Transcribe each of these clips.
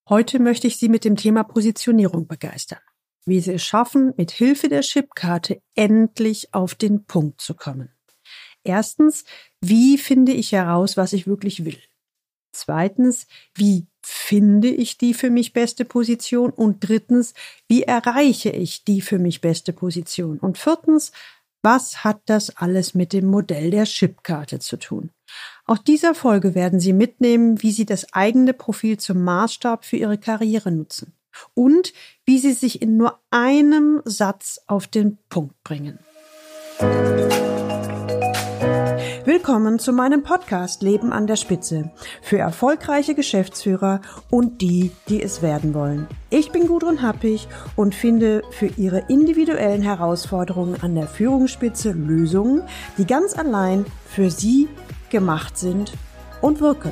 Heute möchte ich Sie mit dem Thema Positionierung begeistern. Wie Sie es schaffen, mit Hilfe der Chipkarte endlich auf den Punkt zu kommen. Erstens, wie finde ich heraus, was ich wirklich will? Zweitens, wie finde ich die für mich beste Position? Und drittens, wie erreiche ich die für mich beste Position? Und viertens, was hat das alles mit dem Modell der Chipkarte zu tun? Aus dieser Folge werden Sie mitnehmen, wie Sie das eigene Profil zum Maßstab für Ihre Karriere nutzen und wie Sie sich in nur einem Satz auf den Punkt bringen. Willkommen zu meinem Podcast Leben an der Spitze für erfolgreiche Geschäftsführer und die, die es werden wollen. Ich bin Gudrun Happig und finde für Ihre individuellen Herausforderungen an der Führungsspitze Lösungen, die ganz allein für Sie gemacht sind und wirken.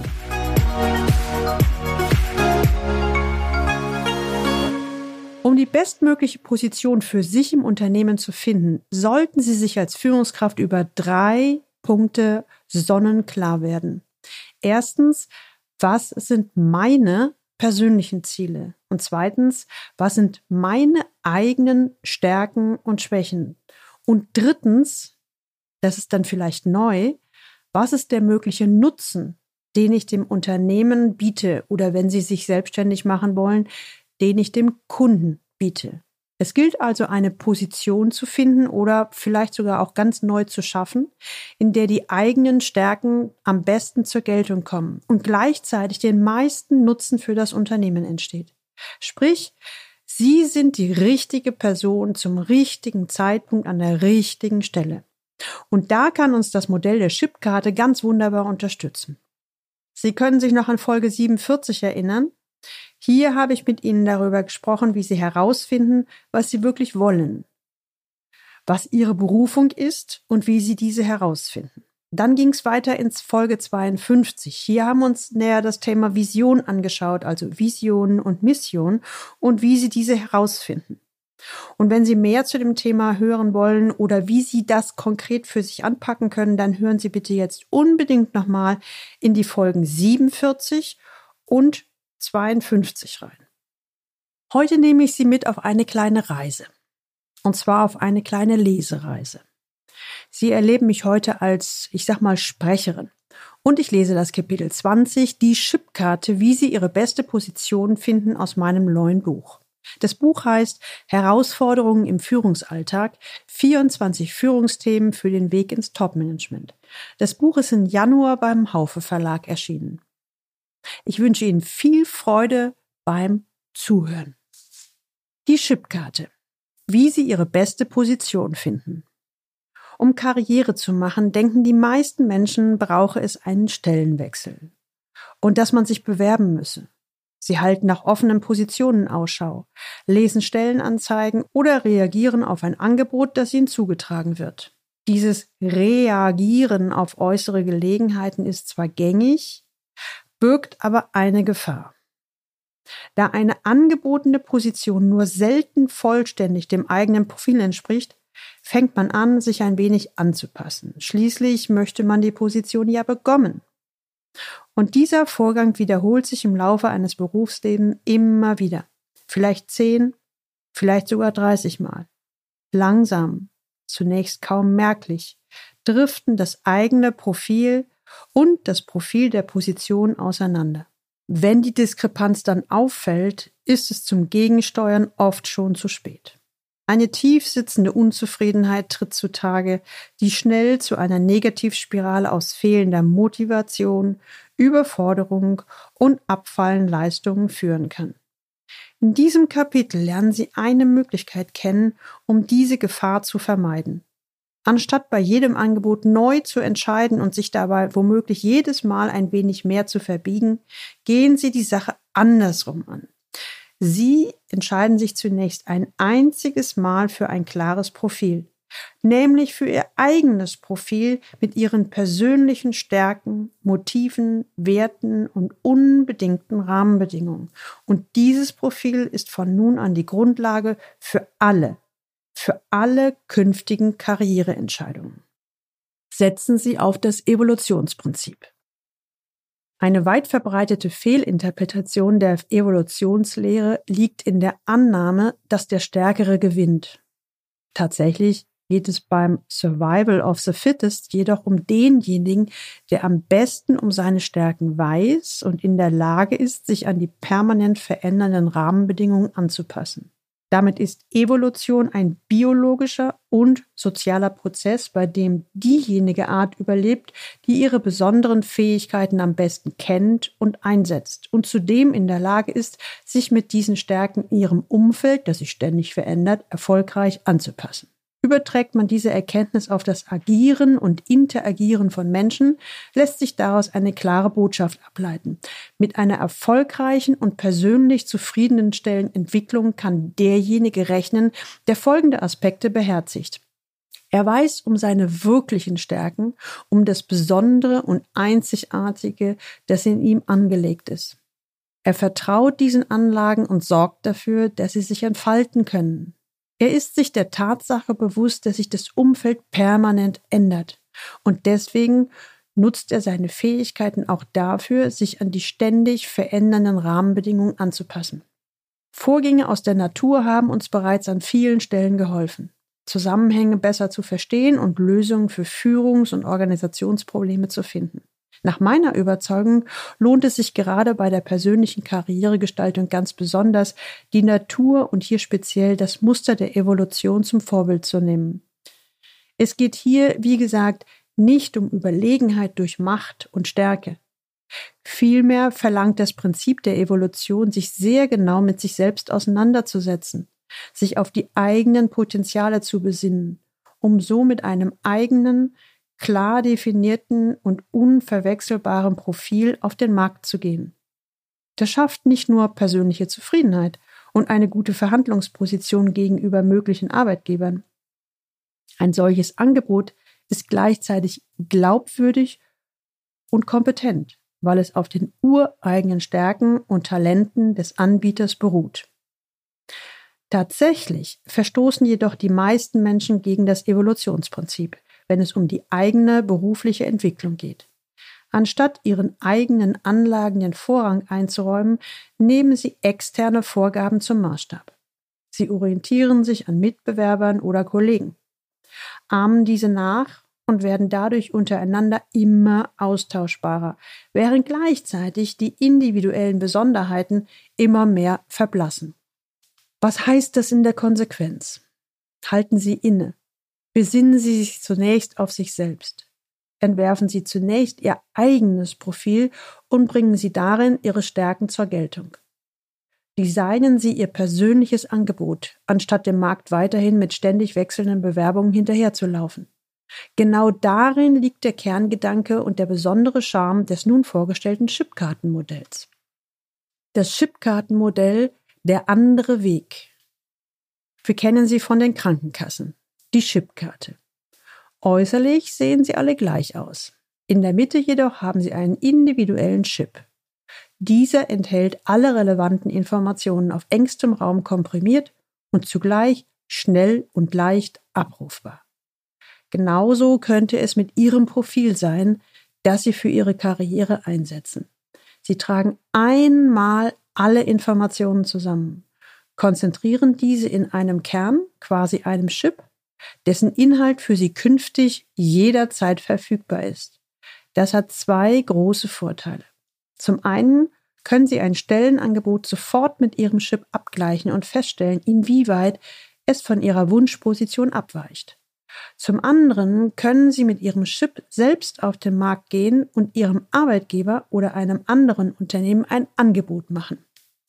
Um die bestmögliche Position für sich im Unternehmen zu finden, sollten Sie sich als Führungskraft über 3 Punkte sonnenklar werden. Erstens, was sind meine persönlichen Ziele? Und zweitens, was sind meine eigenen Stärken und Schwächen? Und drittens, das ist dann vielleicht neu, was ist der mögliche Nutzen, den ich dem Unternehmen biete oder wenn Sie sich selbstständig machen wollen, den ich dem Kunden biete? Es gilt also, eine Position zu finden oder vielleicht sogar auch ganz neu zu schaffen, in der die eigenen Stärken am besten zur Geltung kommen und gleichzeitig den meisten Nutzen für das Unternehmen entsteht. Sprich, Sie sind die richtige Person zum richtigen Zeitpunkt an der richtigen Stelle. Und da kann uns das Modell der Chipkarte ganz wunderbar unterstützen. Sie können sich noch an Folge 47 erinnern. Hier habe ich mit Ihnen darüber gesprochen, wie Sie herausfinden, was Sie wirklich wollen, was Ihre Berufung ist und wie Sie diese herausfinden. Dann ging es weiter ins Folge 52. Hier haben wir uns näher das Thema Vision angeschaut, also Vision und Mission und wie Sie diese herausfinden. Und wenn Sie mehr zu dem Thema hören wollen oder wie Sie das konkret für sich anpacken können, dann hören Sie bitte jetzt unbedingt nochmal in die Folgen 47 und 52 rein. Heute nehme ich Sie mit auf eine kleine Reise. Und zwar auf eine kleine Lesereise. Sie erleben mich heute als, ich sag mal, Sprecherin. Und ich lese das Kapitel 20, die Chipkarte, wie Sie Ihre beste Position finden, aus meinem neuen Buch. Das Buch heißt Herausforderungen im Führungsalltag, 24 Führungsthemen für den Weg ins Topmanagement. Das Buch ist im Januar beim Haufe Verlag erschienen. Ich wünsche Ihnen viel Freude beim Zuhören. Die Chipkarte. Wie Sie Ihre beste Position finden. Um Karriere zu machen, denken die meisten Menschen, brauche es einen Stellenwechsel. Und dass man sich bewerben müsse. Sie halten nach offenen Positionen Ausschau, lesen Stellenanzeigen oder reagieren auf ein Angebot, das ihnen zugetragen wird. Dieses Reagieren auf äußere Gelegenheiten ist zwar gängig, birgt aber eine Gefahr. Da eine angebotene Position nur selten vollständig dem eigenen Profil entspricht, fängt man an, sich ein wenig anzupassen. Schließlich möchte man die Position ja bekommen. Und dieser Vorgang wiederholt sich im Laufe eines Berufslebens immer wieder. Vielleicht 10, vielleicht sogar 30 Mal. Langsam, zunächst kaum merklich, driften das eigene Profil und das Profil der Position auseinander. Wenn die Diskrepanz dann auffällt, ist es zum Gegensteuern oft schon zu spät. Eine tief sitzende Unzufriedenheit tritt zutage, die schnell zu einer Negativspirale aus fehlender Motivation, Überforderung und abfallenden Leistungen führen kann. In diesem Kapitel lernen Sie eine Möglichkeit kennen, um diese Gefahr zu vermeiden. Anstatt bei jedem Angebot neu zu entscheiden und sich dabei womöglich jedes Mal ein wenig mehr zu verbiegen, gehen Sie die Sache andersrum an. Sie entscheiden sich zunächst ein einziges Mal für ein klares Profil, nämlich für Ihr eigenes Profil mit Ihren persönlichen Stärken, Motiven, Werten und unbedingten Rahmenbedingungen. Und dieses Profil ist von nun an die Grundlage für alle künftigen Karriereentscheidungen. Setzen Sie auf das Evolutionsprinzip. Eine weit verbreitete Fehlinterpretation der Evolutionslehre liegt in der Annahme, dass der Stärkere gewinnt. Tatsächlich geht es beim Survival of the Fittest jedoch um denjenigen, der am besten um seine Stärken weiß und in der Lage ist, sich an die permanent verändernden Rahmenbedingungen anzupassen. Damit ist Evolution ein biologischer und sozialer Prozess, bei dem diejenige Art überlebt, die ihre besonderen Fähigkeiten am besten kennt und einsetzt und zudem in der Lage ist, sich mit diesen Stärken in ihrem Umfeld, das sich ständig verändert, erfolgreich anzupassen. Überträgt man diese Erkenntnis auf das Agieren und Interagieren von Menschen, lässt sich daraus eine klare Botschaft ableiten. Mit einer erfolgreichen und persönlich zufriedenstellenden Entwicklung kann derjenige rechnen, der folgende Aspekte beherzigt. Er weiß um seine wirklichen Stärken, um das Besondere und Einzigartige, das in ihm angelegt ist. Er vertraut diesen Anlagen und sorgt dafür, dass sie sich entfalten können. Er ist sich der Tatsache bewusst, dass sich das Umfeld permanent ändert. Und deswegen nutzt er seine Fähigkeiten auch dafür, sich an die ständig verändernden Rahmenbedingungen anzupassen. Vorgänge aus der Natur haben uns bereits an vielen Stellen geholfen, Zusammenhänge besser zu verstehen und Lösungen für Führungs- und Organisationsprobleme zu finden. Nach meiner Überzeugung lohnt es sich gerade bei der persönlichen Karrieregestaltung ganz besonders, die Natur und hier speziell das Muster der Evolution zum Vorbild zu nehmen. Es geht hier, wie gesagt, nicht um Überlegenheit durch Macht und Stärke. Vielmehr verlangt das Prinzip der Evolution, sich sehr genau mit sich selbst auseinanderzusetzen, sich auf die eigenen Potenziale zu besinnen, um so mit einem eigenen, klar definierten und unverwechselbaren Profil auf den Markt zu gehen. Das schafft nicht nur persönliche Zufriedenheit und eine gute Verhandlungsposition gegenüber möglichen Arbeitgebern. Ein solches Angebot ist gleichzeitig glaubwürdig und kompetent, weil es auf den ureigenen Stärken und Talenten des Anbieters beruht. Tatsächlich verstoßen jedoch die meisten Menschen gegen das Evolutionsprinzip, wenn es um die eigene berufliche Entwicklung geht. Anstatt ihren eigenen Anlagen den Vorrang einzuräumen, nehmen sie externe Vorgaben zum Maßstab. Sie orientieren sich an Mitbewerbern oder Kollegen, ahmen diese nach und werden dadurch untereinander immer austauschbarer, während gleichzeitig die individuellen Besonderheiten immer mehr verblassen. Was heißt das in der Konsequenz? Halten Sie inne. Besinnen Sie sich zunächst auf sich selbst. Entwerfen Sie zunächst Ihr eigenes Profil und bringen Sie darin Ihre Stärken zur Geltung. Designen Sie Ihr persönliches Angebot, anstatt dem Markt weiterhin mit ständig wechselnden Bewerbungen hinterherzulaufen. Genau darin liegt der Kerngedanke und der besondere Charme des nun vorgestellten Chipkartenmodells. Das Chipkartenmodell, der andere Weg. Wir kennen sie von den Krankenkassen. Die Chipkarte. Äußerlich sehen sie alle gleich aus. In der Mitte jedoch haben sie einen individuellen Chip. Dieser enthält alle relevanten Informationen auf engstem Raum komprimiert und zugleich schnell und leicht abrufbar. Genauso könnte es mit Ihrem Profil sein, das Sie für Ihre Karriere einsetzen. Sie tragen einmal alle Informationen zusammen, konzentrieren diese in einem Kern, quasi einem Chip, dessen Inhalt für Sie künftig jederzeit verfügbar ist. Das hat zwei große Vorteile. Zum einen können Sie ein Stellenangebot sofort mit Ihrem Chip abgleichen und feststellen, inwieweit es von Ihrer Wunschposition abweicht. Zum anderen können Sie mit Ihrem Chip selbst auf den Markt gehen und Ihrem Arbeitgeber oder einem anderen Unternehmen ein Angebot machen.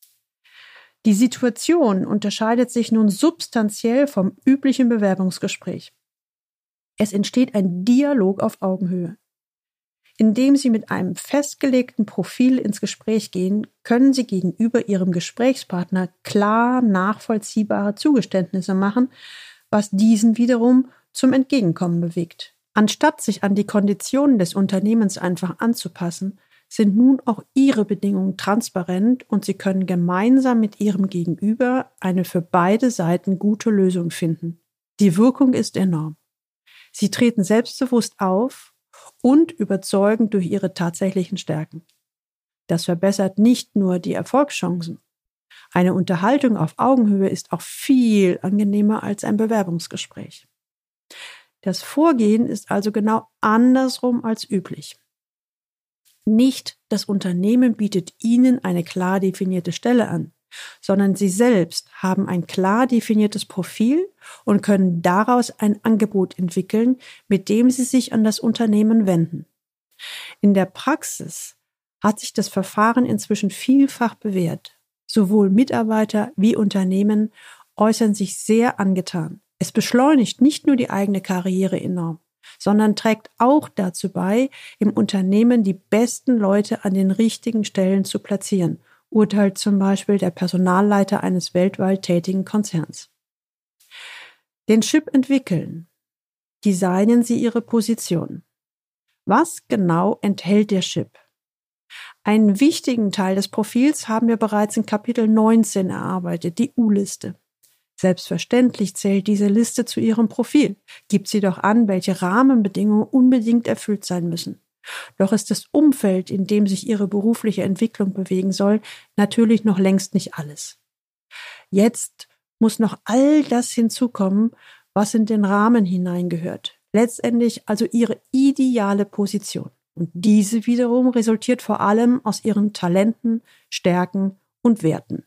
Die Situation unterscheidet sich nun substanziell vom üblichen Bewerbungsgespräch. Es entsteht ein Dialog auf Augenhöhe. Indem Sie mit einem festgelegten Profil ins Gespräch gehen, können Sie gegenüber Ihrem Gesprächspartner klar nachvollziehbare Zugeständnisse machen, was diesen wiederum zum Entgegenkommen bewegt. Anstatt sich an die Konditionen des Unternehmens einfach anzupassen, sind nun auch Ihre Bedingungen transparent und Sie können gemeinsam mit Ihrem Gegenüber eine für beide Seiten gute Lösung finden. Die Wirkung ist enorm. Sie treten selbstbewusst auf und überzeugen durch ihre tatsächlichen Stärken. Das verbessert nicht nur die Erfolgschancen. Eine Unterhaltung auf Augenhöhe ist auch viel angenehmer als ein Bewerbungsgespräch. Das Vorgehen ist also genau andersrum als üblich. Nicht das Unternehmen bietet Ihnen eine klar definierte Stelle an, sondern Sie selbst haben ein klar definiertes Profil und können daraus ein Angebot entwickeln, mit dem Sie sich an das Unternehmen wenden. In der Praxis hat sich das Verfahren inzwischen vielfach bewährt. Sowohl Mitarbeiter wie Unternehmen äußern sich sehr angetan. Es beschleunigt nicht nur die eigene Karriere enorm, sondern trägt auch dazu bei, im Unternehmen die besten Leute an den richtigen Stellen zu platzieren, urteilt zum Beispiel der Personalleiter eines weltweit tätigen Konzerns. Den Chip entwickeln. Designen Sie Ihre Position. Was genau enthält der Chip? Einen wichtigen Teil des Profils haben wir bereits in Kapitel 19 erarbeitet, die U-Liste. Selbstverständlich zählt diese Liste zu Ihrem Profil, gibt sie doch an, welche Rahmenbedingungen unbedingt erfüllt sein müssen. Doch ist das Umfeld, in dem sich Ihre berufliche Entwicklung bewegen soll, natürlich noch längst nicht alles. Jetzt muss noch all das hinzukommen, was in den Rahmen hineingehört. Letztendlich also Ihre ideale Position. Und diese wiederum resultiert vor allem aus Ihren Talenten, Stärken und Werten.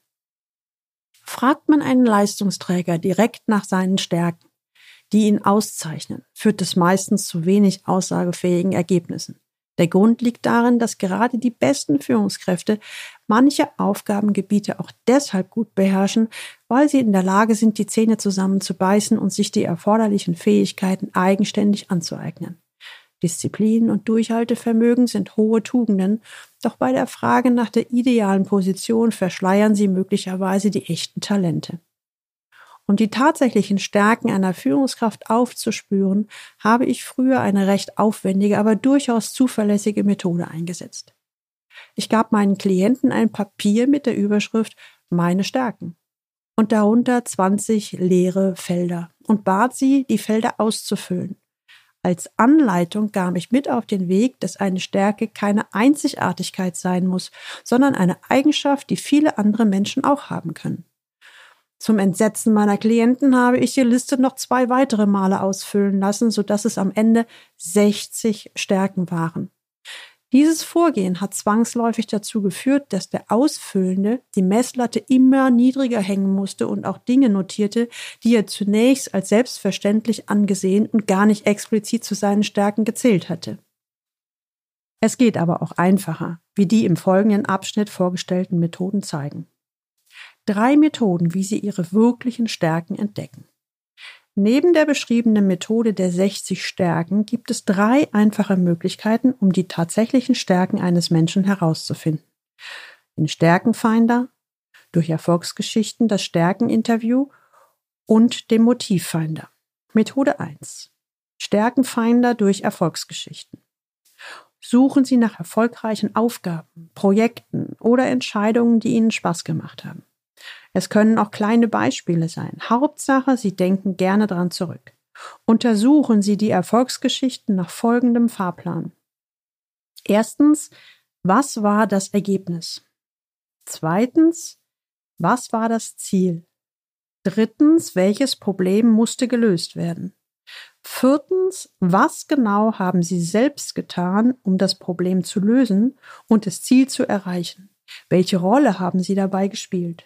Fragt man einen Leistungsträger direkt nach seinen Stärken, die ihn auszeichnen, führt es meistens zu wenig aussagefähigen Ergebnissen. Der Grund liegt darin, dass gerade die besten Führungskräfte manche Aufgabengebiete auch deshalb gut beherrschen, weil sie in der Lage sind, die Zähne zusammenzubeißen und sich die erforderlichen Fähigkeiten eigenständig anzueignen. Disziplin und Durchhaltevermögen sind hohe Tugenden, doch bei der Frage nach der idealen Position verschleiern sie möglicherweise die echten Talente. Um die tatsächlichen Stärken einer Führungskraft aufzuspüren, habe ich früher eine recht aufwendige, aber durchaus zuverlässige Methode eingesetzt. Ich gab meinen Klienten ein Papier mit der Überschrift »Meine Stärken« und darunter 20 leere Felder und bat sie, die Felder auszufüllen. Als Anleitung gab ich mit auf den Weg, dass eine Stärke keine Einzigartigkeit sein muss, sondern eine Eigenschaft, die viele andere Menschen auch haben können. Zum Entsetzen meiner Klienten habe ich die Liste noch 2 weitere Male ausfüllen lassen, sodass es am Ende 60 Stärken waren. Dieses Vorgehen hat zwangsläufig dazu geführt, dass der Ausfüllende die Messlatte immer niedriger hängen musste und auch Dinge notierte, die er zunächst als selbstverständlich angesehen und gar nicht explizit zu seinen Stärken gezählt hatte. Es geht aber auch einfacher, wie die im folgenden Abschnitt vorgestellten Methoden zeigen. 3 Methoden, wie Sie Ihre wirklichen Stärken entdecken. Neben der beschriebenen Methode der 60 Stärken gibt es 3 einfache Möglichkeiten, um die tatsächlichen Stärken eines Menschen herauszufinden. Den Stärkenfinder, durch Erfolgsgeschichten das Stärkeninterview und dem Motivfinder. Methode 1. Stärkenfinder durch Erfolgsgeschichten. Suchen Sie nach erfolgreichen Aufgaben, Projekten oder Entscheidungen, die Ihnen Spaß gemacht haben. Es können auch kleine Beispiele sein. Hauptsache, Sie denken gerne dran zurück. Untersuchen Sie die Erfolgsgeschichten nach folgendem Fahrplan. Erstens, was war das Ergebnis? Zweitens, was war das Ziel? Drittens, welches Problem musste gelöst werden? Viertens, was genau haben Sie selbst getan, um das Problem zu lösen und das Ziel zu erreichen? Welche Rolle haben Sie dabei gespielt?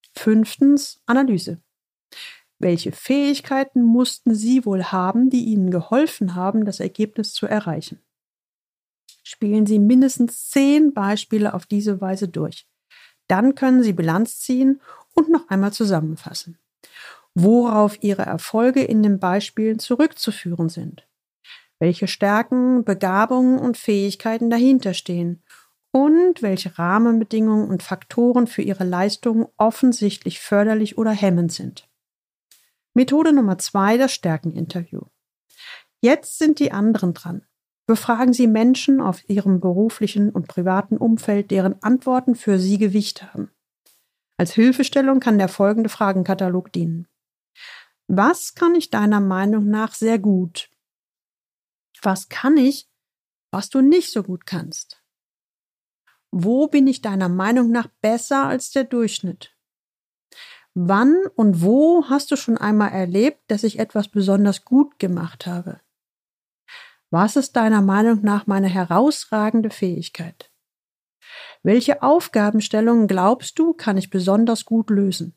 5. Analyse. Welche Fähigkeiten mussten Sie wohl haben, die Ihnen geholfen haben, das Ergebnis zu erreichen? Spielen Sie mindestens 10 Beispiele auf diese Weise durch. Dann können Sie Bilanz ziehen und noch einmal zusammenfassen, worauf Ihre Erfolge in den Beispielen zurückzuführen sind, welche Stärken, Begabungen und Fähigkeiten dahinter stehen und welche Rahmenbedingungen und Faktoren für Ihre Leistungen offensichtlich förderlich oder hemmend sind. Methode Nummer 2, das Stärkeninterview. Jetzt sind die anderen dran. Befragen Sie Menschen auf ihrem beruflichen und privaten Umfeld, deren Antworten für Sie Gewicht haben. Als Hilfestellung kann der folgende Fragenkatalog dienen. Was kann ich deiner Meinung nach sehr gut? Was kann ich, was du nicht so gut kannst? Wo bin ich deiner Meinung nach besser als der Durchschnitt? Wann und wo hast du schon einmal erlebt, dass ich etwas besonders gut gemacht habe? Was ist deiner Meinung nach meine herausragende Fähigkeit? Welche Aufgabenstellungen glaubst du, kann ich besonders gut lösen?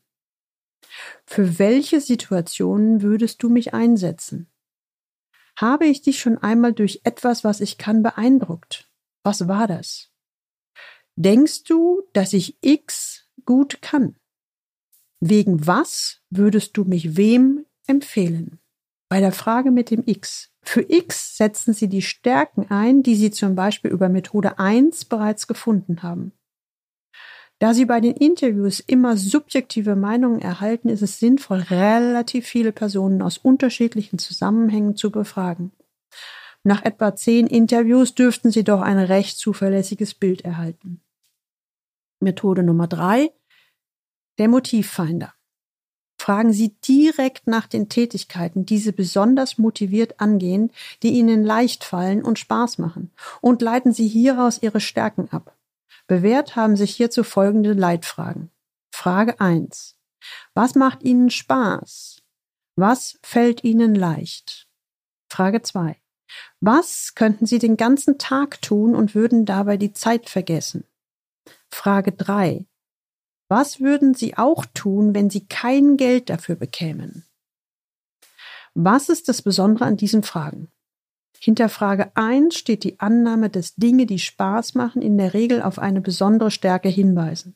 Für welche Situationen würdest du mich einsetzen? Habe ich dich schon einmal durch etwas, was ich kann, beeindruckt? Was war das? Denkst du, dass ich X gut kann? Wegen was würdest du mich wem empfehlen? Bei der Frage mit dem X. Für X setzen Sie die Stärken ein, die Sie zum Beispiel über Methode 1 bereits gefunden haben. Da Sie bei den Interviews immer subjektive Meinungen erhalten, ist es sinnvoll, relativ viele Personen aus unterschiedlichen Zusammenhängen zu befragen. Nach etwa 10 Interviews dürften Sie doch ein recht zuverlässiges Bild erhalten. Methode Nummer 3. Der Motivfinder. Fragen Sie direkt nach den Tätigkeiten, die Sie besonders motiviert angehen, die Ihnen leicht fallen und Spaß machen, und leiten Sie hieraus Ihre Stärken ab. Bewährt haben sich hierzu folgende Leitfragen. Frage 1. Was macht Ihnen Spaß? Was fällt Ihnen leicht? Frage 2. Was könnten Sie den ganzen Tag tun und würden dabei die Zeit vergessen? Frage 3. Was würden Sie auch tun, wenn Sie kein Geld dafür bekämen? Was ist das Besondere an diesen Fragen? Hinter Frage 1 steht die Annahme, dass Dinge, die Spaß machen, in der Regel auf eine besondere Stärke hinweisen.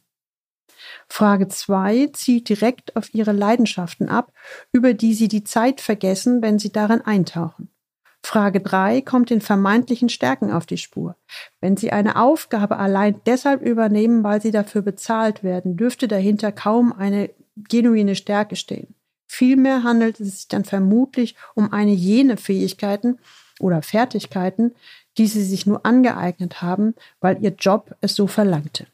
Frage 2 zielt direkt auf Ihre Leidenschaften ab, über die Sie die Zeit vergessen, wenn Sie darin eintauchen. Frage 3 kommt den vermeintlichen Stärken auf die Spur. Wenn Sie eine Aufgabe allein deshalb übernehmen, weil Sie dafür bezahlt werden, dürfte dahinter kaum eine genuine Stärke stehen. Vielmehr handelt es sich dann vermutlich um eine jene Fähigkeiten oder Fertigkeiten, die Sie sich nur angeeignet haben, weil Ihr Job es so verlangte.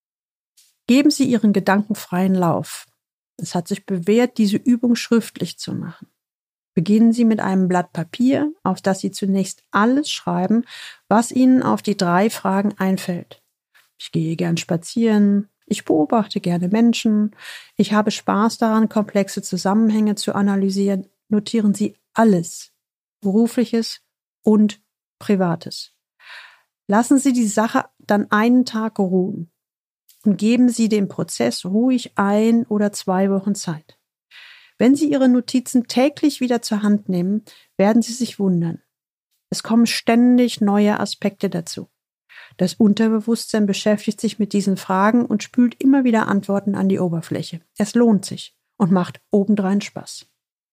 Geben Sie Ihren Gedanken freien Lauf. Es hat sich bewährt, diese Übung schriftlich zu machen. Beginnen Sie mit einem Blatt Papier, auf das Sie zunächst alles schreiben, was Ihnen auf die 3 Fragen einfällt. Ich gehe gern spazieren, ich beobachte gerne Menschen, ich habe Spaß daran, komplexe Zusammenhänge zu analysieren. Notieren Sie alles, Berufliches und Privates. Lassen Sie die Sache dann einen Tag ruhen und geben Sie dem Prozess ruhig 1 oder 2 Wochen Zeit. Wenn Sie Ihre Notizen täglich wieder zur Hand nehmen, werden Sie sich wundern. Es kommen ständig neue Aspekte dazu. Das Unterbewusstsein beschäftigt sich mit diesen Fragen und spült immer wieder Antworten an die Oberfläche. Es lohnt sich und macht obendrein Spaß.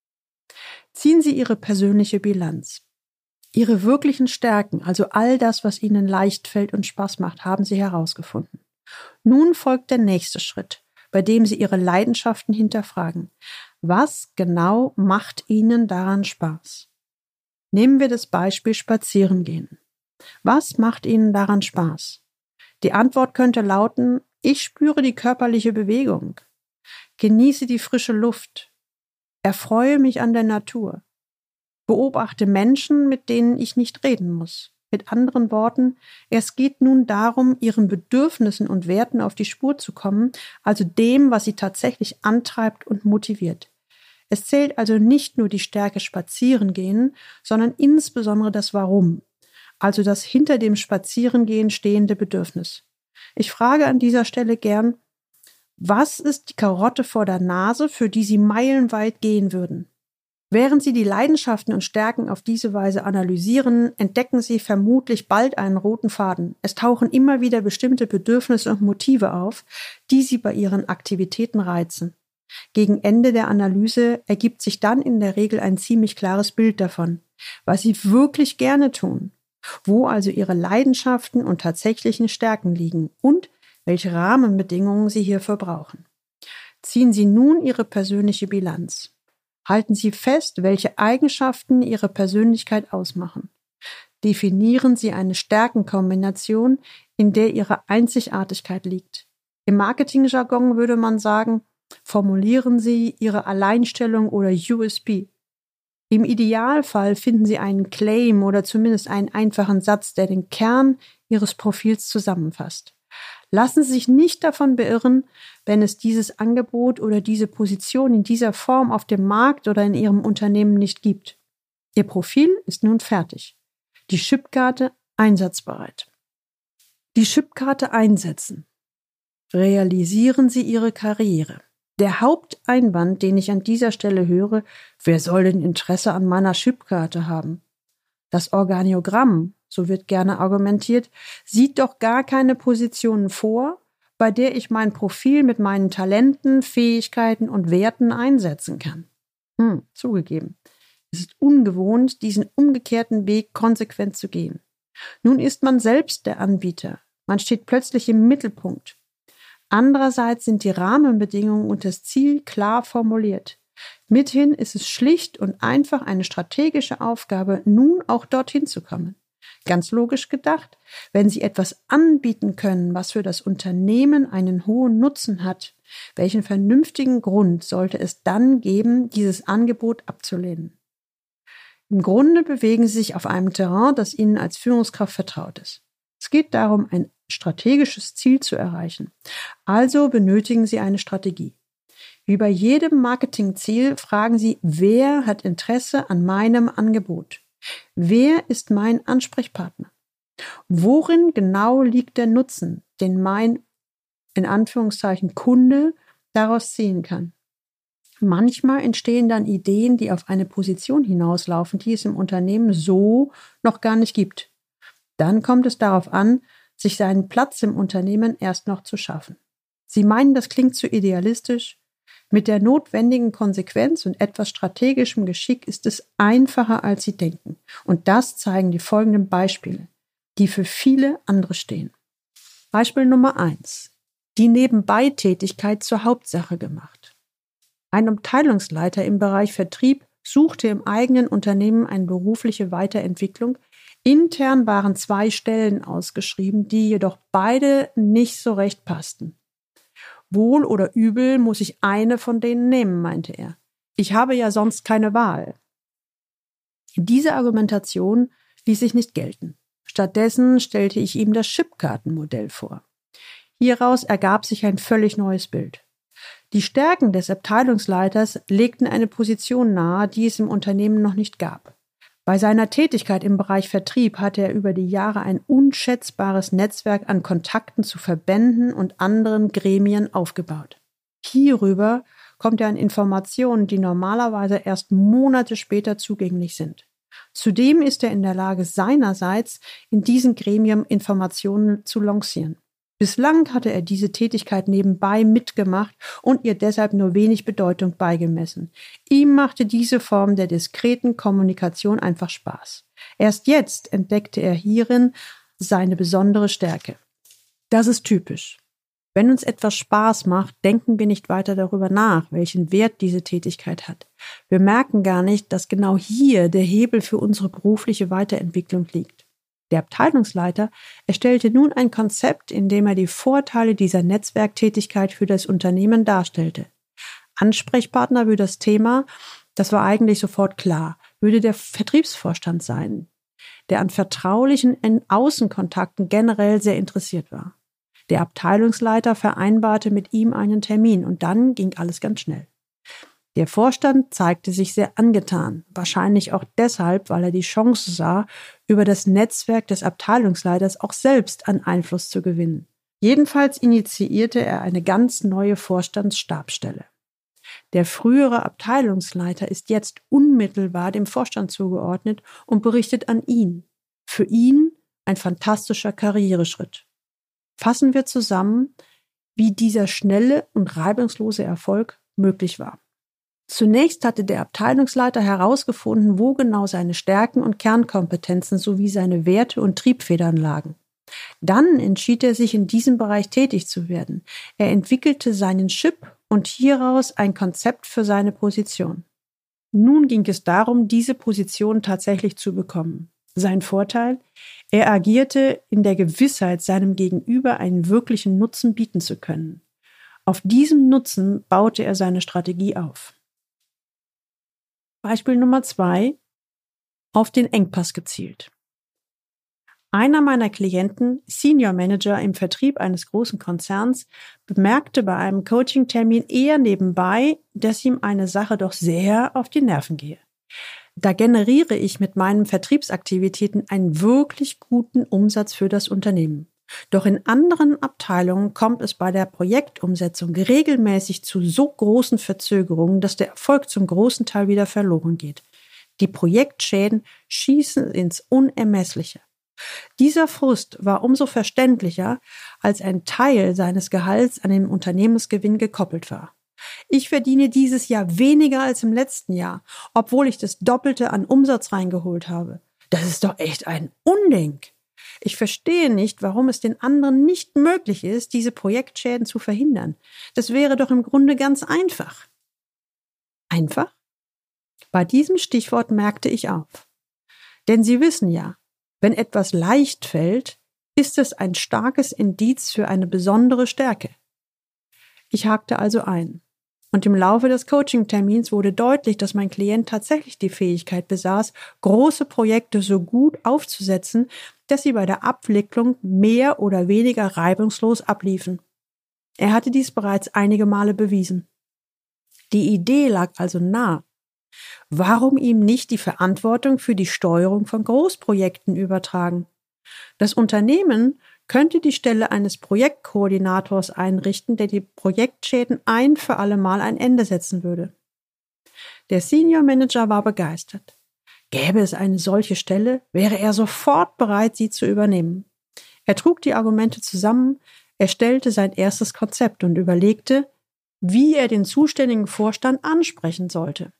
Ziehen Sie Ihre persönliche Bilanz. Ihre wirklichen Stärken, also all das, was Ihnen leicht fällt und Spaß macht, haben Sie herausgefunden. Nun folgt der nächste Schritt, bei dem Sie Ihre Leidenschaften hinterfragen. Was genau macht Ihnen daran Spaß? Nehmen wir das Beispiel Spazierengehen. Was macht Ihnen daran Spaß? Die Antwort könnte lauten, ich spüre die körperliche Bewegung, genieße die frische Luft, erfreue mich an der Natur, beobachte Menschen, mit denen ich nicht reden muss. Mit anderen Worten, es geht nun darum, Ihren Bedürfnissen und Werten auf die Spur zu kommen, also dem, was Sie tatsächlich antreibt und motiviert. Es zählt also nicht nur die Stärke Spazierengehen, sondern insbesondere das Warum, also das hinter dem Spazierengehen stehende Bedürfnis. Ich frage an dieser Stelle gern, was ist die Karotte vor der Nase, für die Sie meilenweit gehen würden? Während Sie die Leidenschaften und Stärken auf diese Weise analysieren, entdecken Sie vermutlich bald einen roten Faden. Es tauchen immer wieder bestimmte Bedürfnisse und Motive auf, die Sie bei Ihren Aktivitäten reizen. Gegen Ende der Analyse ergibt sich dann in der Regel ein ziemlich klares Bild davon, was Sie wirklich gerne tun, wo also Ihre Leidenschaften und tatsächlichen Stärken liegen und welche Rahmenbedingungen Sie hierfür brauchen. Ziehen Sie nun Ihre persönliche Bilanz. Halten Sie fest, welche Eigenschaften Ihre Persönlichkeit ausmachen. Definieren Sie eine Stärkenkombination, in der Ihre Einzigartigkeit liegt. Im Marketingjargon würde man sagen, formulieren Sie Ihre Alleinstellung oder USP. Im Idealfall finden Sie einen Claim oder zumindest einen einfachen Satz, der den Kern Ihres Profils zusammenfasst. Lassen Sie sich nicht davon beirren, wenn es dieses Angebot oder diese Position in dieser Form auf dem Markt oder in Ihrem Unternehmen nicht gibt. Ihr Profil ist nun fertig. Die Chipkarte einsatzbereit. Die Chipkarte einsetzen. Realisieren Sie Ihre Karriere. Der Haupteinwand, den ich an dieser Stelle höre, wer soll denn Interesse an meiner Chipkarte haben? Das Organigramm, so wird gerne argumentiert, sieht doch gar keine Positionen vor, bei der ich mein Profil mit meinen Talenten, Fähigkeiten und Werten einsetzen kann. Zugegeben. Es ist ungewohnt, diesen umgekehrten Weg konsequent zu gehen. Nun ist man selbst der Anbieter. Man steht plötzlich im Mittelpunkt. Andererseits sind die Rahmenbedingungen und das Ziel klar formuliert. Mithin ist es schlicht und einfach eine strategische Aufgabe, nun auch dorthin zu kommen. Ganz logisch gedacht, wenn Sie etwas anbieten können, was für das Unternehmen einen hohen Nutzen hat, welchen vernünftigen Grund sollte es dann geben, dieses Angebot abzulehnen? Im Grunde bewegen Sie sich auf einem Terrain, das Ihnen als Führungskraft vertraut ist. Es geht darum, ein strategisches Ziel zu erreichen. Also benötigen Sie eine Strategie. Wie bei jedem Marketingziel fragen Sie, wer hat Interesse an meinem Angebot? Wer ist mein Ansprechpartner? Worin genau liegt der Nutzen, den mein, in Anführungszeichen, Kunde daraus ziehen kann? Manchmal entstehen dann Ideen, die auf eine Position hinauslaufen, die es im Unternehmen so noch gar nicht gibt. Dann kommt es darauf an, sich seinen Platz im Unternehmen erst noch zu schaffen. Sie meinen, das klingt zu idealistisch? Mit der notwendigen Konsequenz und etwas strategischem Geschick ist es einfacher, als Sie denken. Und das zeigen die folgenden Beispiele, die für viele andere stehen. Beispiel Nummer 1. Die Nebenbeitätigkeit zur Hauptsache gemacht. Ein Abteilungsleiter im Bereich Vertrieb suchte im eigenen Unternehmen eine berufliche Weiterentwicklung. Intern waren 2 Stellen ausgeschrieben, die jedoch beide nicht so recht passten. Wohl oder übel muss ich eine von denen nehmen, meinte er. Ich habe ja sonst keine Wahl. Diese Argumentation ließ sich nicht gelten. Stattdessen stellte ich ihm das Chipkartenmodell vor. Hieraus ergab sich ein völlig neues Bild. Die Stärken des Abteilungsleiters legten eine Position nahe, die es im Unternehmen noch nicht gab. Bei seiner Tätigkeit im Bereich Vertrieb hatte er über die Jahre ein unschätzbares Netzwerk an Kontakten zu Verbänden und anderen Gremien aufgebaut. Hierüber kommt er an Informationen, die normalerweise erst Monate später zugänglich sind. Zudem ist er in der Lage, seinerseits in diesen Gremien Informationen zu lancieren. Bislang hatte er diese Tätigkeit nebenbei mitgemacht und ihr deshalb nur wenig Bedeutung beigemessen. Ihm machte diese Form der diskreten Kommunikation einfach Spaß. Erst jetzt entdeckte er hierin seine besondere Stärke. Das ist typisch. Wenn uns etwas Spaß macht, denken wir nicht weiter darüber nach, welchen Wert diese Tätigkeit hat. Wir merken gar nicht, dass genau hier der Hebel für unsere berufliche Weiterentwicklung liegt. Der Abteilungsleiter erstellte nun ein Konzept, in dem er die Vorteile dieser Netzwerktätigkeit für das Unternehmen darstellte. Ansprechpartner für das Thema, das war eigentlich sofort klar, würde der Vertriebsvorstand sein, der an vertraulichen Außenkontakten generell sehr interessiert war. Der Abteilungsleiter vereinbarte mit ihm einen Termin und dann ging alles ganz schnell. Der Vorstand zeigte sich sehr angetan, wahrscheinlich auch deshalb, weil er die Chance sah, über das Netzwerk des Abteilungsleiters auch selbst an Einfluss zu gewinnen. Jedenfalls initiierte er eine ganz neue Vorstandsstabsstelle. Der frühere Abteilungsleiter ist jetzt unmittelbar dem Vorstand zugeordnet und berichtet an ihn. Für ihn ein fantastischer Karriereschritt. Fassen wir zusammen, wie dieser schnelle und reibungslose Erfolg möglich war. Zunächst hatte der Abteilungsleiter herausgefunden, wo genau seine Stärken und Kernkompetenzen sowie seine Werte und Triebfedern lagen. Dann entschied er sich, in diesem Bereich tätig zu werden. Er entwickelte seinen Chip und hieraus ein Konzept für seine Position. Nun ging es darum, diese Position tatsächlich zu bekommen. Sein Vorteil? Er agierte in der Gewissheit, seinem Gegenüber einen wirklichen Nutzen bieten zu können. Auf diesem Nutzen baute er seine Strategie auf. Beispiel Nummer 2. Auf den Engpass gezielt. Einer meiner Klienten, Senior Manager im Vertrieb eines großen Konzerns, bemerkte bei einem Coaching-Termin eher nebenbei, dass ihm eine Sache doch sehr auf die Nerven gehe. Da generiere ich mit meinen Vertriebsaktivitäten einen wirklich guten Umsatz für das Unternehmen. Doch in anderen Abteilungen kommt es bei der Projektumsetzung regelmäßig zu so großen Verzögerungen, dass der Erfolg zum großen Teil wieder verloren geht. Die Projektschäden schießen ins Unermessliche. Dieser Frust war umso verständlicher, als ein Teil seines Gehalts an den Unternehmensgewinn gekoppelt war. Ich verdiene dieses Jahr weniger als im letzten Jahr, obwohl ich das Doppelte an Umsatz reingeholt habe. Das ist doch echt ein Unding. Ich verstehe nicht, warum es den anderen nicht möglich ist, diese Projektschäden zu verhindern. Das wäre doch im Grunde ganz einfach. Einfach? Bei diesem Stichwort merkte ich auf. Denn Sie wissen ja, wenn etwas leicht fällt, ist es ein starkes Indiz für eine besondere Stärke. Ich hakte also ein. Und im Laufe des Coaching-Termins wurde deutlich, dass mein Klient tatsächlich die Fähigkeit besaß, große Projekte so gut aufzusetzen, dass sie bei der Abwicklung mehr oder weniger reibungslos abliefen. Er hatte dies bereits einige Male bewiesen. Die Idee lag also nah. Warum ihm nicht die Verantwortung für die Steuerung von Großprojekten übertragen? Das Unternehmen könnte die Stelle eines Projektkoordinators einrichten, der die Projektschäden ein für alle Mal ein Ende setzen würde. Der Senior Manager war begeistert. Gäbe es eine solche Stelle, wäre er sofort bereit, sie zu übernehmen. Er trug die Argumente zusammen, erstellte sein erstes Konzept und überlegte, wie er den zuständigen Vorstand ansprechen sollte.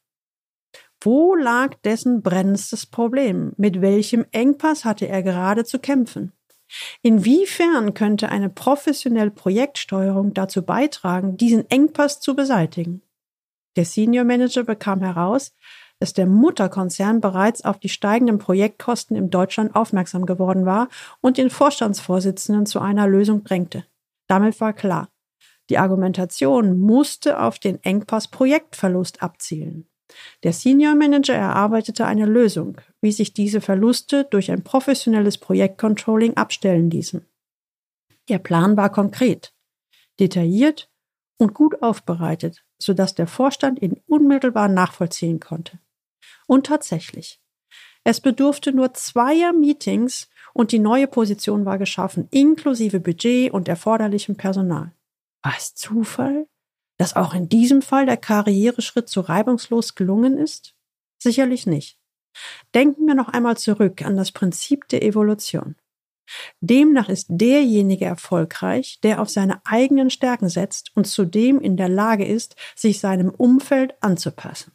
Wo lag dessen brennendstes Problem? Mit welchem Engpass hatte er gerade zu kämpfen? Inwiefern könnte eine professionelle Projektsteuerung dazu beitragen, diesen Engpass zu beseitigen? Der Senior Manager bekam heraus, dass der Mutterkonzern bereits auf die steigenden Projektkosten in Deutschland aufmerksam geworden war und den Vorstandsvorsitzenden zu einer Lösung drängte. Damit war klar, die Argumentation musste auf den Engpass Projektverlust abzielen. Der Senior Manager erarbeitete eine Lösung, wie sich diese Verluste durch ein professionelles Projektcontrolling abstellen ließen. Ihr Plan war konkret, detailliert und gut aufbereitet, sodass der Vorstand ihn unmittelbar nachvollziehen konnte. Und tatsächlich, es bedurfte nur 2 Meetings und die neue Position war geschaffen, inklusive Budget und erforderlichem Personal. War es Zufall, dass auch in diesem Fall der Karriereschritt so reibungslos gelungen ist? Sicherlich nicht. Denken wir noch einmal zurück an das Prinzip der Evolution. Demnach ist derjenige erfolgreich, der auf seine eigenen Stärken setzt und zudem in der Lage ist, sich seinem Umfeld anzupassen.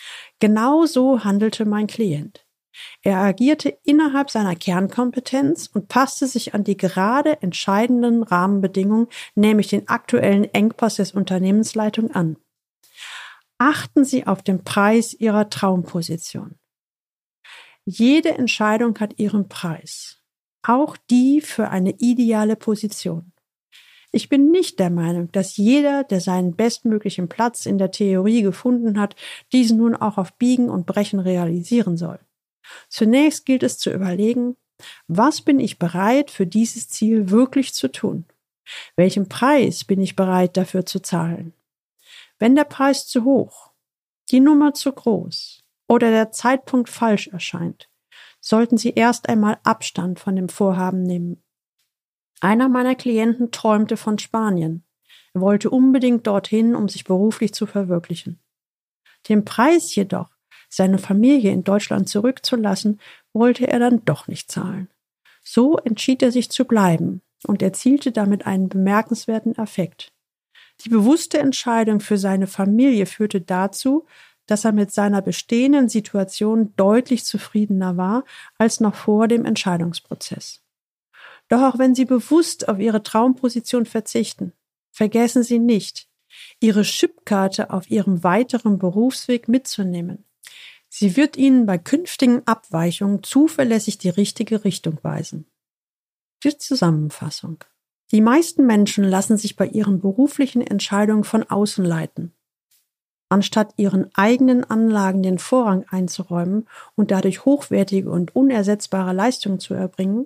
Genau so handelte mein Klient. Er agierte innerhalb seiner Kernkompetenz und passte sich an die gerade entscheidenden Rahmenbedingungen, nämlich den aktuellen Engpass des Unternehmensleitung an. Achten Sie auf den Preis Ihrer Traumposition. Jede Entscheidung hat ihren Preis, auch die für eine ideale Position. Ich bin nicht der Meinung, dass jeder, der seinen bestmöglichen Platz in der Theorie gefunden hat, diesen nun auch auf Biegen und Brechen realisieren soll. Zunächst gilt es zu überlegen, was bin ich bereit für dieses Ziel wirklich zu tun? Welchen Preis bin ich bereit dafür zu zahlen? Wenn der Preis zu hoch, die Nummer zu groß oder der Zeitpunkt falsch erscheint, sollten Sie erst einmal Abstand von dem Vorhaben nehmen. Einer meiner Klienten träumte von Spanien. Er wollte unbedingt dorthin, um sich beruflich zu verwirklichen. Den Preis jedoch, seine Familie in Deutschland zurückzulassen, wollte er dann doch nicht zahlen. So entschied er sich zu bleiben und erzielte damit einen bemerkenswerten Effekt. Die bewusste Entscheidung für seine Familie führte dazu, dass er mit seiner bestehenden Situation deutlich zufriedener war als noch vor dem Entscheidungsprozess. Doch auch wenn Sie bewusst auf Ihre Traumposition verzichten, vergessen Sie nicht, Ihre Chipkarte auf Ihrem weiteren Berufsweg mitzunehmen. Sie wird Ihnen bei künftigen Abweichungen zuverlässig die richtige Richtung weisen. Die Zusammenfassung. Die meisten Menschen lassen sich bei ihren beruflichen Entscheidungen von außen leiten. Anstatt ihren eigenen Anlagen den Vorrang einzuräumen und dadurch hochwertige und unersetzbare Leistungen zu erbringen,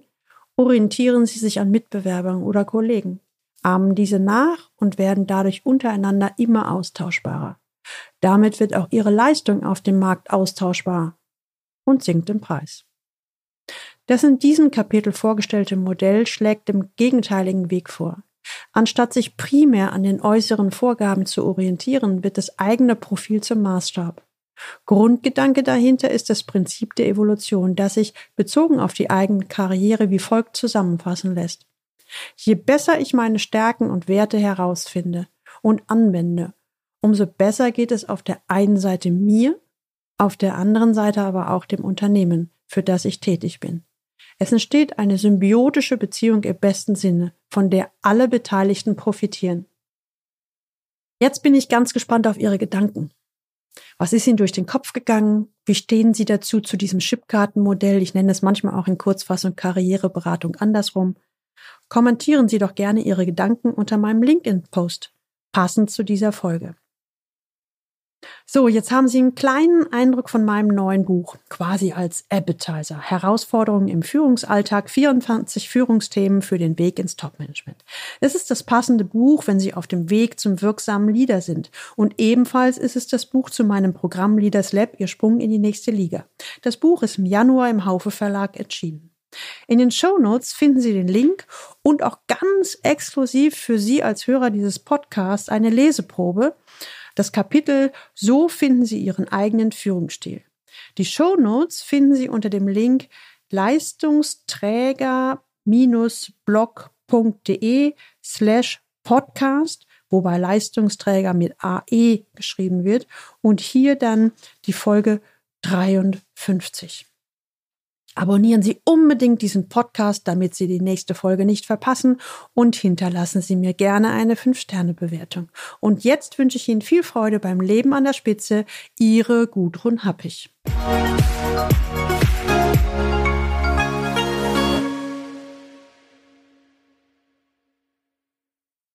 Orientieren Sie sich an Mitbewerbern oder Kollegen. Ahmen diese nach und werden dadurch untereinander immer austauschbarer. Damit wird auch Ihre Leistung auf dem Markt austauschbar und sinkt im Preis. Das in diesem Kapitel vorgestellte Modell schlägt den gegenteiligen Weg vor. Anstatt sich primär an den äußeren Vorgaben zu orientieren, wird das eigene Profil zum Maßstab. Grundgedanke dahinter ist das Prinzip der Evolution, das sich bezogen auf die eigene Karriere wie folgt zusammenfassen lässt. Je besser ich meine Stärken und Werte herausfinde und anwende, umso besser geht es auf der einen Seite mir, auf der anderen Seite aber auch dem Unternehmen, für das ich tätig bin. Es entsteht eine symbiotische Beziehung im besten Sinne, von der alle Beteiligten profitieren. Jetzt bin ich ganz gespannt auf Ihre Gedanken. Was ist Ihnen durch den Kopf gegangen? Wie stehen Sie dazu zu diesem Chipkartenmodell? Ich nenne es manchmal auch in Kurzfassung Karriereberatung andersrum. Kommentieren Sie doch gerne Ihre Gedanken unter meinem LinkedIn-Post, passend zu dieser Folge. So, jetzt haben Sie einen kleinen Eindruck von meinem neuen Buch, quasi als Appetizer. Herausforderungen im Führungsalltag, 24 Führungsthemen für den Weg ins Topmanagement. Es ist das passende Buch, wenn Sie auf dem Weg zum wirksamen Leader sind. Und ebenfalls ist es das Buch zu meinem Programm Leaders Lab, Ihr Sprung in die nächste Liga. Das Buch ist im Januar im Haufe Verlag erschienen. In den Shownotes finden Sie den Link und auch ganz exklusiv für Sie als Hörer dieses Podcasts eine Leseprobe. Das Kapitel So finden Sie Ihren eigenen Führungsstil. Die Shownotes finden Sie unter dem Link leistungsträger-blog.de/podcast, wobei Leistungsträger mit AE geschrieben wird, und hier dann die Folge 53. Abonnieren Sie unbedingt diesen Podcast, damit Sie die nächste Folge nicht verpassen, und hinterlassen Sie mir gerne eine 5-Sterne-Bewertung. Und jetzt wünsche ich Ihnen viel Freude beim Leben an der Spitze. Ihre Gudrun Happig.